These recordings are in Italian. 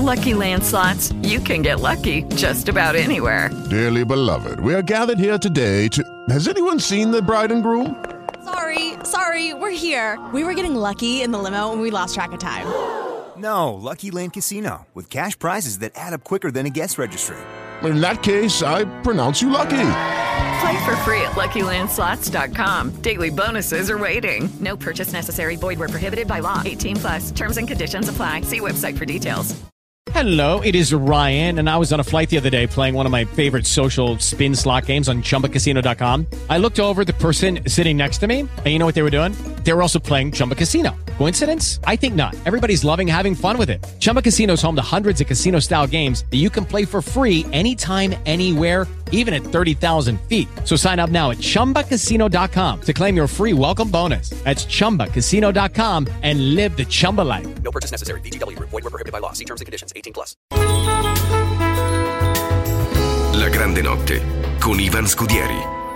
Lucky Land Slots, you can get lucky just about anywhere. Dearly beloved, we are gathered here today to... Has anyone seen the bride and groom? Sorry, we're here. We were getting lucky in the limo and we lost track of time. No, Lucky Land Casino, with cash prizes that add up quicker than a guest registry. In that case, I pronounce you lucky. Play for free at LuckyLandSlots.com. Daily bonuses are waiting. No purchase necessary. Void where prohibited by law. 18+. Terms and conditions apply. See website for details. Hello, it is Ryan, and I was on a flight the other day playing one of my favorite social spin slot games on ChumbaCasino.com. I looked over at the person sitting next to me, and you know what they were doing? They were also playing Chumba Casino. Coincidence? I think not. Everybody's loving having fun with it. Chumba Casino is home to hundreds of casino-style games that you can play for free anytime, anywhere, even at 30,000 feet. So sign up now at ChumbaCasino.com to claim your free welcome bonus. That's ChumbaCasino.com and live the Chumba life. No purchase necessary. VGW. Void where prohibited by law. See terms and conditions. 18+. La grande notte con Ivan Scudieri.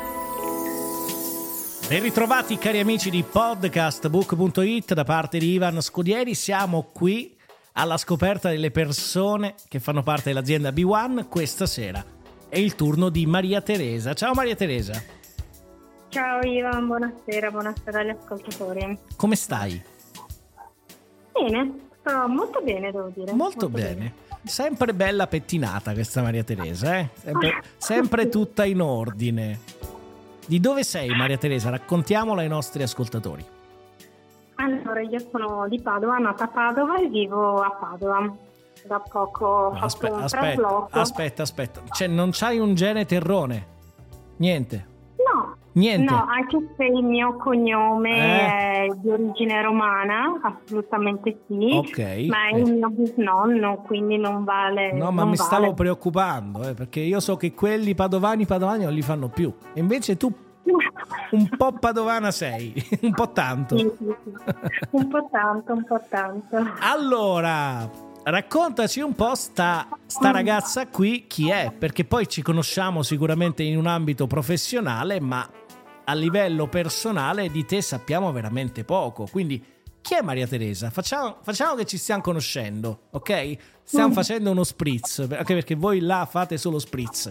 Ben ritrovati cari amici di podcastbook.it da parte di Ivan Scudieri. Siamo qui alla scoperta delle persone che fanno parte dell'azienda B1. Questa sera è il turno di Maria Teresa. Ciao Maria Teresa. Ciao Ivan, buonasera agli ascoltatori. Come stai? Bene, sto molto bene devo dire. Molto bene. Sempre bella pettinata questa Maria Teresa, eh? Sempre tutta in ordine. Di dove sei Maria Teresa? Raccontiamola ai nostri ascoltatori. Allora, io sono di Padova, nata a Padova e vivo a Padova. Da poco ho fatto un trasloco. Aspetta. Cioè, non c'hai un gene terrone? Niente? No. Niente? No, anche se il mio cognome è di origine romana, assolutamente sì. Ok. Ma è il mio bisnonno, quindi non vale. No, ma stavo preoccupando, perché io so che quelli padovani non li fanno più. E invece tu un po' padovana sei, un po' tanto. Sì. Un po' tanto. Allora, raccontaci un po' sta ragazza qui chi è, perché poi ci conosciamo sicuramente in un ambito professionale, ma a livello personale di te sappiamo veramente poco. Quindi chi è Maria Teresa? Facciamo che ci stiamo conoscendo, ok? Stiamo facendo uno spritz, anche perché voi là fate solo spritz.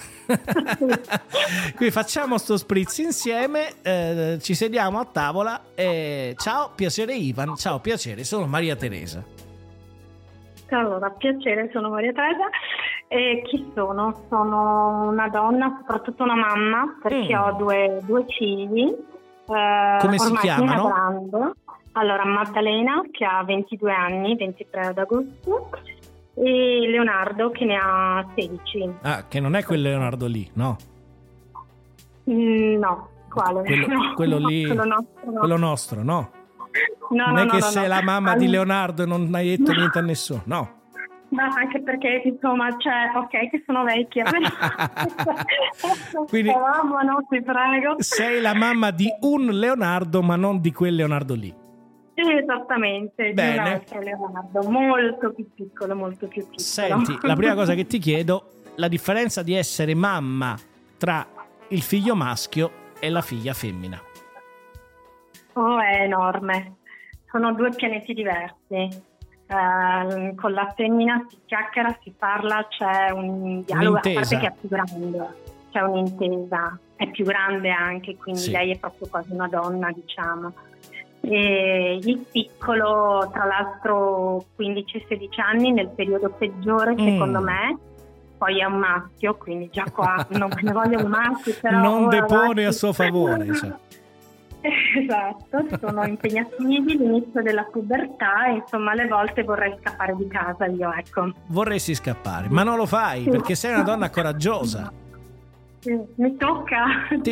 Quindi facciamo sto spritz insieme, ci sediamo a tavola e ciao, piacere Ivan, ciao, piacere, sono Maria Teresa. Allora, piacere, sono Maria Teresa. E chi sono? Sono una donna, soprattutto una mamma, perché ho due figli. Come si chiamano? Grande. Allora, Maddalena, che ha 22 anni, 23 ad agosto, e Leonardo, che ne ha 16. Ah, che non è quel Leonardo lì, no? No, quale? Quello lì, quello nostro, no? Non è che sei la mamma di Leonardo e non hai detto niente a nessuno, no? No, anche perché insomma, ok che sono vecchia, quindi no, ti prego. Sei la mamma di un Leonardo, ma non di quel Leonardo lì. Esattamente, bene. Di un altro Leonardo, molto più piccolo. Senti, la prima cosa che ti chiedo, la differenza di essere mamma tra il figlio maschio e la figlia femmina. Oh, è enorme. Sono due pianeti diversi. Con la femmina si chiacchiera, si parla, c'è un dialogo, un'intesa. A parte che è più grande, c'è un'intesa, è più grande anche, quindi sì. Lei è proprio quasi una donna, diciamo. E il piccolo, tra l'altro 15-16 anni, nel periodo peggiore secondo me, poi è un maschio, quindi già qua non me ne voglio un maschio, però non depone a suo favore, cioè. Esatto, sono impegnativi, l'inizio della pubertà, insomma alle volte vorrei scappare di casa io, ecco. Vorresti scappare, ma non lo fai perché sei una donna coraggiosa. Mi tocca.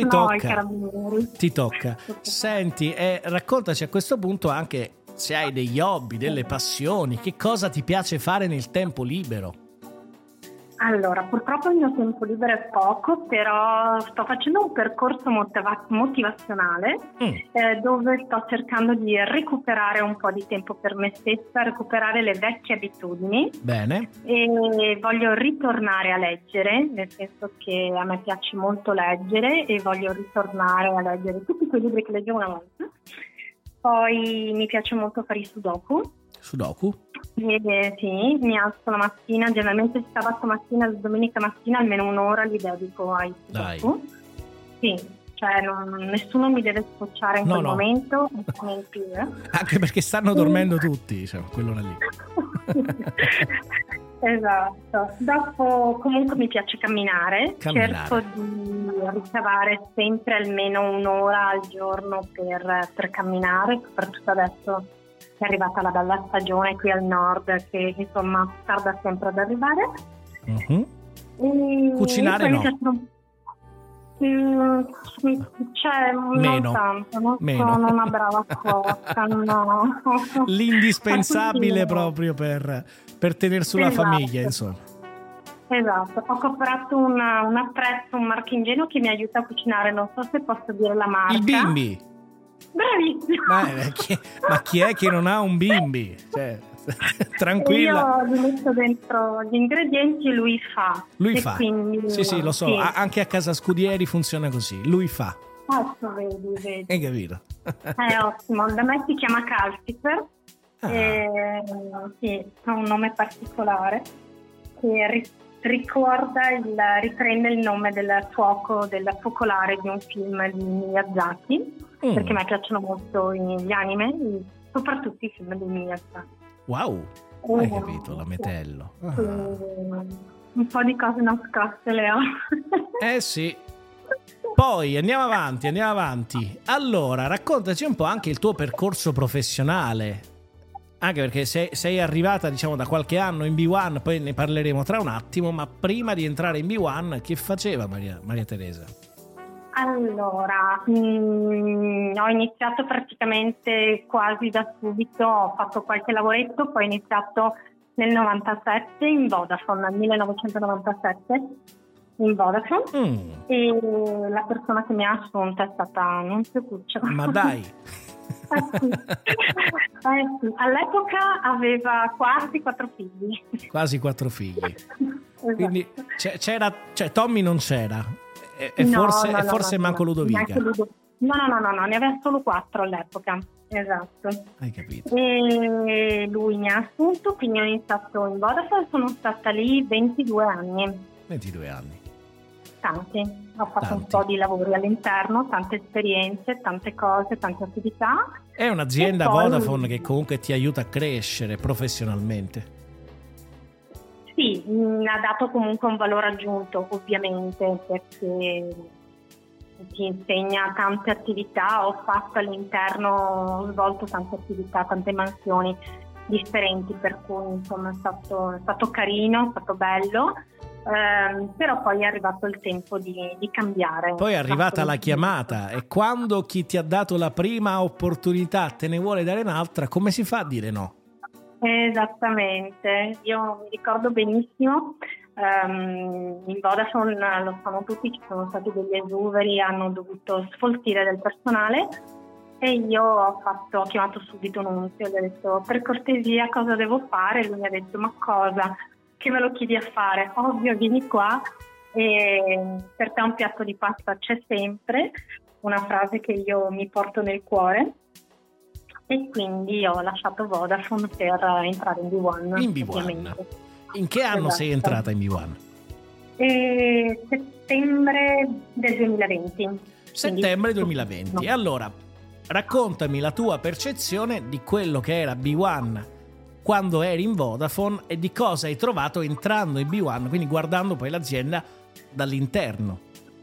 Ti tocca. Senti, raccontaci a questo punto anche se hai degli hobby, delle passioni, che cosa ti piace fare nel tempo libero. Allora, purtroppo il mio tempo libero è poco, però sto facendo un percorso motivazionale dove sto cercando di recuperare un po' di tempo per me stessa, recuperare le vecchie abitudini. Bene. E voglio ritornare a leggere, nel senso che a me piace molto leggere e voglio ritornare a leggere tutti quei libri che leggevo una volta. Poi mi piace molto fare i sudoku. Sudoku? Sì, mi alzo la mattina, generalmente il sabato mattina e la domenica mattina almeno un'ora li dedico ai sudoku. Sì, cioè nessuno mi deve scocciare in quel momento. Anche perché stanno dormendo tutti, cioè, quell'ora lì. Esatto. Dopo comunque mi piace camminare. Cerco di ricavare sempre almeno un'ora al giorno per camminare, soprattutto adesso è arrivata la bella stagione qui al nord che insomma tarda sempre ad arrivare. Cucinare no. Cioè, meno. Non tanto, non sono una brava cuoca, no. L'indispensabile proprio per tenere sulla famiglia, insomma. Esatto, ho comprato un attrezzo, un marchingegno che mi aiuta a cucinare, non so se posso dire la marca. Il Bimbi! Bravissimo! Ma chi è che non ha un Bimbi? Cioè, tranquilla. Io gli metto dentro gli ingredienti e lui fa. Quindi, sì, lo so, sì. Anche a casa Scudieri funziona così, lui fa. Vedi. Hai capito? È ottimo, da me si chiama Calcifer. Sì, ha un nome particolare che riprende il nome del focolare di un film di Miyazaki, perché a me piacciono molto gli anime, soprattutto i film di Miyazaki. Wow, hai capito, la metello. Un po' di cose nascoste le ho. Sì. Poi andiamo avanti. Allora, raccontaci un po' anche il tuo percorso professionale. Anche perché sei arrivata, diciamo, da qualche anno in B1, poi ne parleremo tra un attimo, ma prima di entrare in B1, che faceva Maria Teresa? Allora, ho iniziato praticamente quasi da subito, ho fatto qualche lavoretto, poi ho iniziato nel 97 in Vodafone, nel 1997 in Vodafone, e la persona che mi ha assunta è stata Nunzio Cuccio. Ma dai! Sì. All'epoca aveva quasi 4 figli. Quasi 4 figli. Esatto. Quindi c'era, cioè Tommy non c'era. Forse manco Ludovica. No, ne aveva solo 4 all'epoca. Esatto. Hai capito. E lui mi ha assunto, quindi ho iniziato in Vodafone, sono stata lì 22 anni. 22 anni. Tanti. Ho fatto un po' di lavori all'interno, tante esperienze, tante cose, tante attività. È un'azienda Vodafone che comunque ti aiuta a crescere professionalmente. Sì, mi ha dato comunque un valore aggiunto, ovviamente, perché ti insegna tante attività. Ho fatto all'interno, ho svolto tante attività, tante mansioni differenti, per cui insomma è stato carino, è stato bello. Però poi è arrivato il tempo di cambiare. Poi è arrivata la chiamata, e quando chi ti ha dato la prima opportunità te ne vuole dare un'altra, come si fa a dire no? Esattamente, io mi ricordo benissimo, in Vodafone lo sanno tutti, ci sono stati degli esuberi, hanno dovuto sfoltire del personale e io ho chiamato subito Nunzio e gli ho detto: per cortesia cosa devo fare? E lui mi ha detto: ma cosa? Che me lo chiedi a fare? Ovvio, vieni qua, e per te un piatto di pasta c'è sempre, una frase che io mi porto nel cuore, e quindi ho lasciato Vodafone per entrare in B1. In B1. In che anno sei entrata in B1? Settembre del 2020. Settembre 2020. No. Allora, raccontami la tua percezione di quello che era B1 quando eri in Vodafone e di cosa hai trovato entrando in B1, quindi guardando poi l'azienda dall'interno.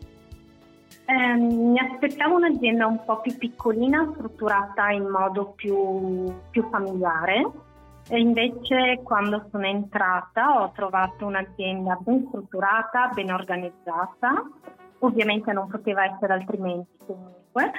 Mi aspettavo un'azienda un po' più piccolina, strutturata in modo più familiare, e invece quando sono entrata ho trovato un'azienda ben strutturata, ben organizzata, ovviamente non poteva essere altrimenti comunque,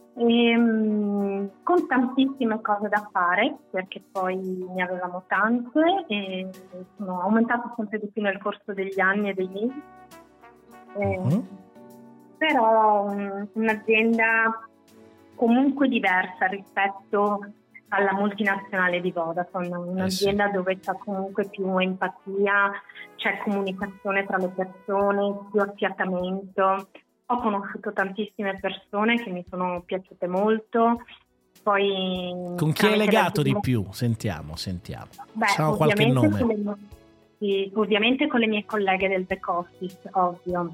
con tantissime cose da fare, perché poi ne avevamo tante e sono aumentate sempre di più nel corso degli anni e dei mesi. Però un'azienda comunque diversa rispetto alla multinazionale di Vodafone, un'azienda dove c'è comunque più empatia, c'è comunicazione tra le persone, più affiatamento. Ho conosciuto tantissime persone che mi sono piaciute molto, Poi con chi è legato di più? Sentiamo. Facciamo qualche nome. Ovviamente con le mie colleghe del back office, ovvio.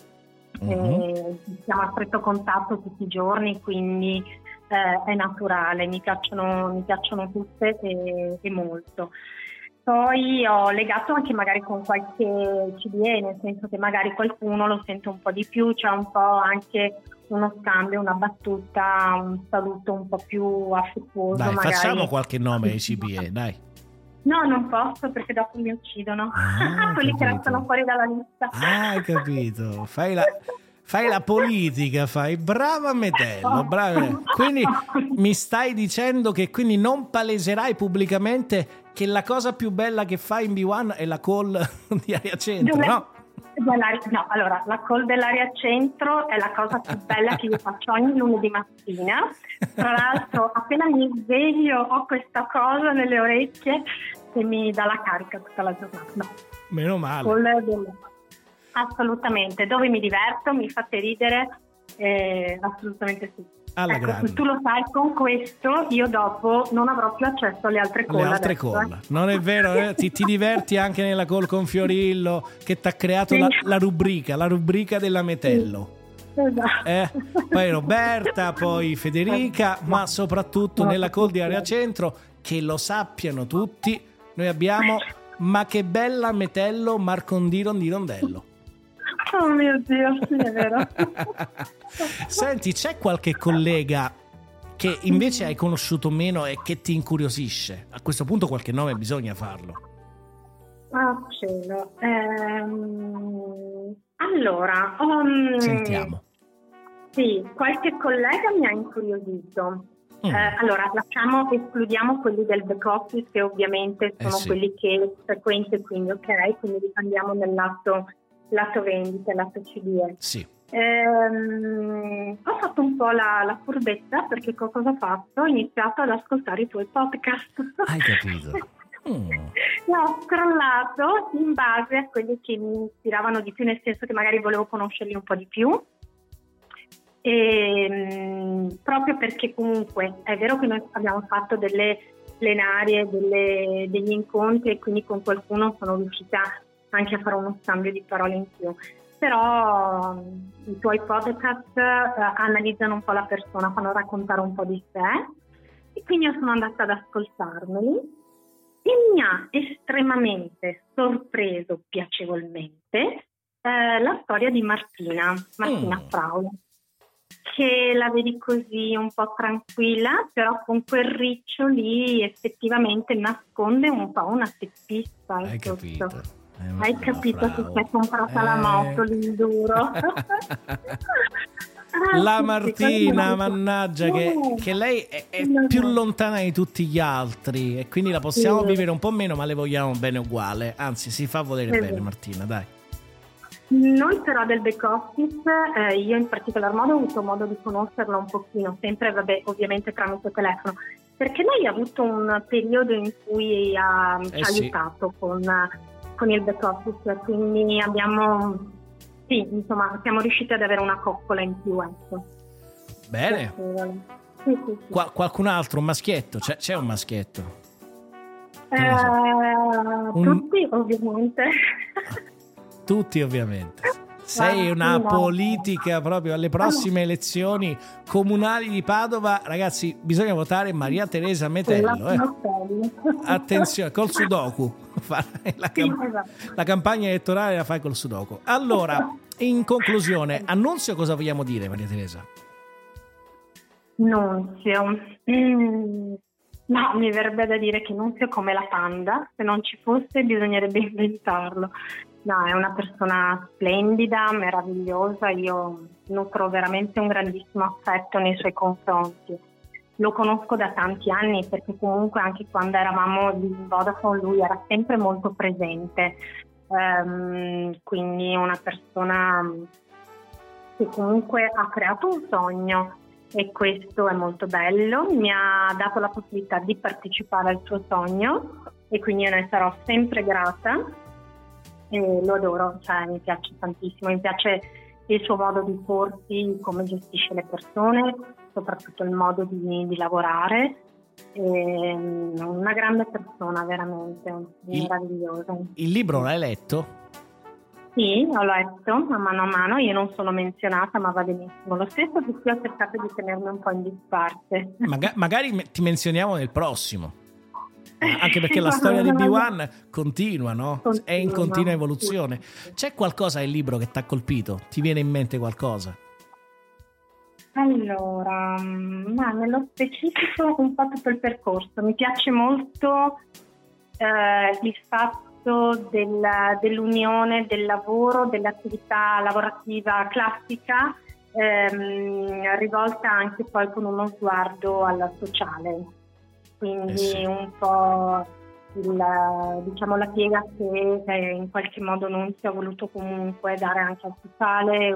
Siamo a stretto contatto tutti i giorni, quindi è naturale, mi piacciono tutte e molto. Poi ho legato anche magari con qualche CDE, nel senso che magari qualcuno lo sente un po' di più, c'è un po' anche uno scambio, una battuta, un saluto un po' più affettuoso. Dai, magari. Facciamo qualche nome ai CBE, dai. No, non posso perché dopo mi uccidono. Quelli che restano fuori dalla lista. Hai capito. Fai la politica, brava Metello, brava. Quindi mi stai dicendo che quindi non paleserai pubblicamente che la cosa più bella che fai in B1 è la call di Area Centro, no? No, allora, la call dell'Area Centro è la cosa più bella che io faccio ogni lunedì mattina. Tra l'altro, appena mi sveglio ho questa cosa nelle orecchie che mi dà la carica tutta la giornata. No. Meno male. Assolutamente, dove mi diverto, mi fate ridere, assolutamente sì. Alla grande. Tu lo sai, con questo io dopo non avrò più accesso alle altre call. Le altre call. Non è vero, ti diverti anche nella call con Fiorillo che ti ha creato sì. la rubrica della Metello. Sì. Esatto. Poi Roberta, poi Federica, ma soprattutto nella call di Area Centro, che lo sappiano tutti, noi abbiamo Ma che bella Metello Marcondiro di Rondello. Oh mio Dio, sì, è vero. Senti, c'è qualche collega che invece hai conosciuto meno e che ti incuriosisce? A questo punto qualche nome bisogna farlo. Ah, cielo. Allora, sentiamo. Sì, qualche collega mi ha incuriosito. Allora, escludiamo quelli del back office, che ovviamente sono sì. quelli che frequente, quindi ok, quindi andiamo nel lato vendita, lato CDE. Sì. Ho fatto un po' la furbetta, perché cosa ho fatto? Ho iniziato ad ascoltare i tuoi podcast. Hai capito? L'ho scrollato in base a quelli che mi ispiravano di più, nel senso che magari volevo conoscerli un po' di più. Proprio perché comunque è vero che noi abbiamo fatto delle plenarie, degli incontri, e quindi con qualcuno sono riuscita anche a fare uno scambio di parole in più, però i tuoi podcast analizzano un po' la persona, fanno raccontare un po' di sé, e quindi io sono andata ad ascoltarmeli e mi ha estremamente sorpreso piacevolmente la storia di Martina Fraula, che la vedi così un po' tranquilla, però con quel riccio lì effettivamente nasconde un po' una teppista. Hai capito? Hai capito che si è comprata la moto, l'induro? La Martina, mannaggia, che lei è più lontana di tutti gli altri e quindi la possiamo vivere un po' meno, ma le vogliamo bene uguale, anzi si fa volere bene Martina, dai. Noi però del back office, io in particolar modo ho avuto modo di conoscerla un pochino, sempre ovviamente tramite telefono, perché lei ha avuto un periodo in cui ci ha aiutato con il back office, quindi siamo riusciti ad avere una coccola in più, ecco. Bene. Sì. Qualcun altro, un maschietto? C'è un maschietto? Tutti ovviamente. Tutti ovviamente. Sei una politica proprio alle prossime elezioni comunali di Padova, ragazzi, bisogna votare Maria Teresa Metello. Attenzione, col Sudoku. La campagna elettorale la fai col Sudoku. Allora, in conclusione, annunzio, cosa vogliamo dire, Maria Teresa? Nunzio. No, mi verrebbe da dire che Nunzio è come la panda, se non ci fosse bisognerebbe inventarlo. No, è una persona splendida, meravigliosa, io nutro veramente un grandissimo affetto nei suoi confronti. Lo conosco da tanti anni, perché comunque anche quando eravamo in Vodafone lui era sempre molto presente, quindi una persona che comunque ha creato un sogno, e questo è molto bello, mi ha dato la possibilità di partecipare al suo sogno e quindi io ne sarò sempre grata e lo adoro, cioè mi piace tantissimo, mi piace il suo modo di porsi, come gestisce le persone, soprattutto il modo di lavorare. Una grande persona, veramente meravigliosa. Il libro l'hai letto? Sì, l'ho letto a mano, io non sono menzionata, ma va benissimo lo stesso, perché ho cercato di tenermi un po' in disparte. Magari ti menzioniamo nel prossimo, anche perché la storia di B1 continua, no? È in continua evoluzione. C'è qualcosa nel libro che ti ha colpito? Ti viene in mente qualcosa? Allora, ma nello specifico un po' tutto il percorso. Mi piace molto il fatto dell'unione del lavoro, dell'attività lavorativa classica, rivolta anche poi con uno sguardo alla sociale. Quindi sì. Un po' la piega che in qualche modo non si è voluto comunque dare anche al sociale,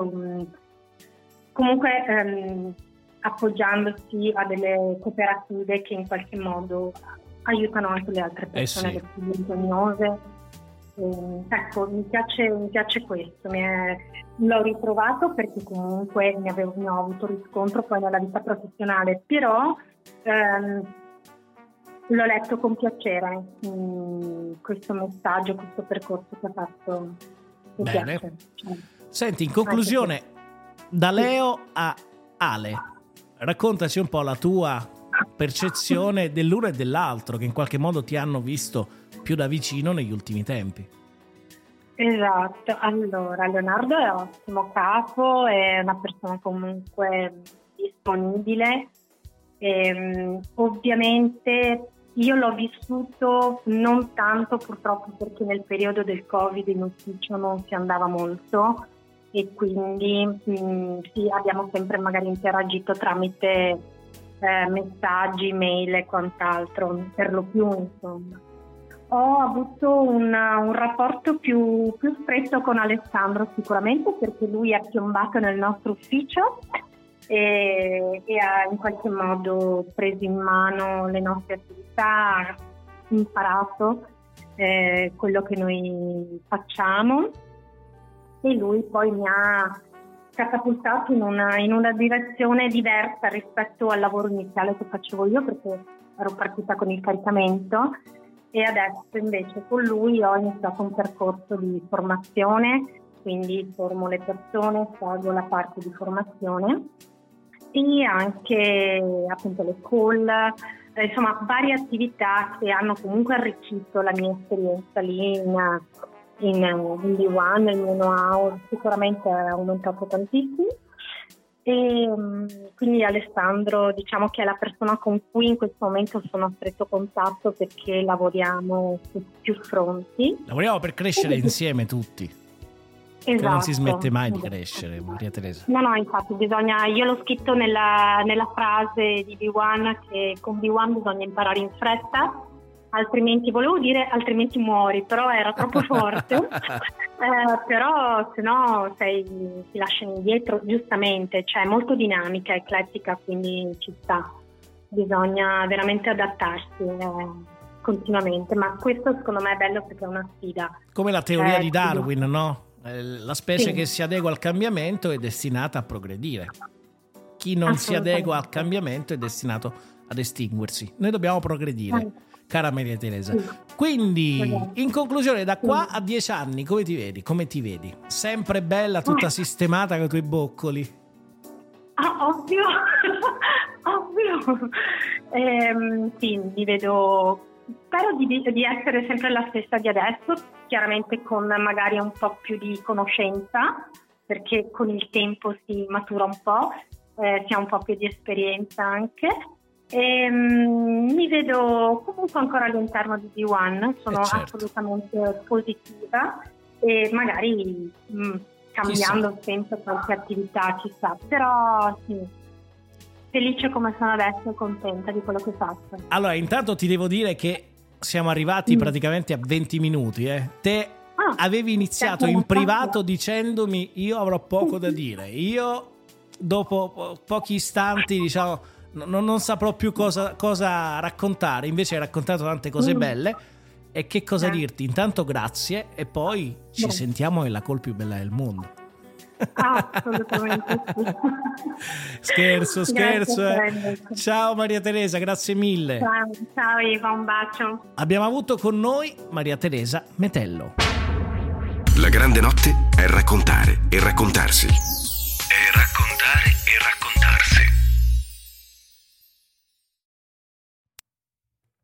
comunque appoggiandosi a delle cooperative che in qualche modo aiutano anche le altre persone che sono bisognose. Ecco, mi piace questo, l'ho ritrovato perché comunque ne ho avuto riscontro poi nella vita professionale, però l'ho letto con piacere, questo messaggio, questo percorso che ha fatto. Mi piace. Senti, in conclusione, da Leo a Ale, raccontaci un po' la tua percezione dell'uno e dell'altro, che in qualche modo ti hanno visto più da vicino negli ultimi tempi. Esatto, allora Leonardo è un ottimo capo, è una persona comunque disponibile, ovviamente io l'ho vissuto non tanto purtroppo perché nel periodo del Covid in ufficio non si andava molto e quindi sì, abbiamo sempre magari interagito tramite messaggi, mail e quant'altro, per lo più insomma. Ho avuto un rapporto più stretto con Alessandro sicuramente perché lui è piombato nel nostro ufficio e ha in qualche modo preso in mano le nostre attività, ha imparato quello che noi facciamo e lui poi mi ha catapultato in una direzione diversa rispetto al lavoro iniziale che facevo io perché ero partita con il caricamento e adesso invece con lui ho iniziato un percorso di formazione, quindi formo le persone, seguo la parte di formazione e anche appunto le call, insomma varie attività che hanno comunque arricchito la mia esperienza lì in B1, il mio know-how sicuramente è aumentato tantissimo e quindi Alessandro diciamo che è la persona con cui in questo momento sono a stretto contatto perché lavoriamo su più fronti. Lavoriamo per crescere insieme tutti. Esatto. Che non si smette mai di crescere, Maria Teresa. No, infatti io l'ho scritto nella frase di B1 che con B1 bisogna imparare in fretta, altrimenti muori, però era troppo forte. Però se no ti lasciano indietro, giustamente, cioè molto dinamica, eclettica, quindi ci sta, bisogna veramente adattarsi continuamente, ma questo secondo me è bello perché è una sfida. Come la teoria di Darwin, no? La specie che si adegua al cambiamento è destinata a progredire. Chi non si adegua al cambiamento è destinato ad estinguersi. Noi dobbiamo progredire, cara Maria Teresa. Quindi, in conclusione, da qua a 10 anni, come ti vedi? Come ti vedi? Sempre bella, tutta sistemata con i tuoi boccoli? Ovvio! Sì, mi vedo... Spero di essere sempre la stessa di adesso, chiaramente con magari un po' più di conoscenza, perché con il tempo si matura un po', si ha un po' più di esperienza anche. Mi vedo comunque ancora all'interno di B1, sono assolutamente positiva e magari cambiando sempre qualche attività ci sta, però sì. Felice come sono adesso e contenta di quello che faccio. Allora, intanto ti devo dire che siamo arrivati praticamente a 20 minuti. Te avevi iniziato in privato dicendomi io avrò poco da dire. Io dopo pochi istanti diciamo non saprò più cosa raccontare. Invece hai raccontato tante cose belle. E che cosa dirti? Intanto grazie e poi ci sentiamo nella call più bella del mondo. Assolutamente sì. Scherzo. Ciao Maria Teresa, grazie mille. Ciao Eva, un bacio. Abbiamo avuto con noi Maria Teresa Metello. La grande notte è raccontare e raccontarsi.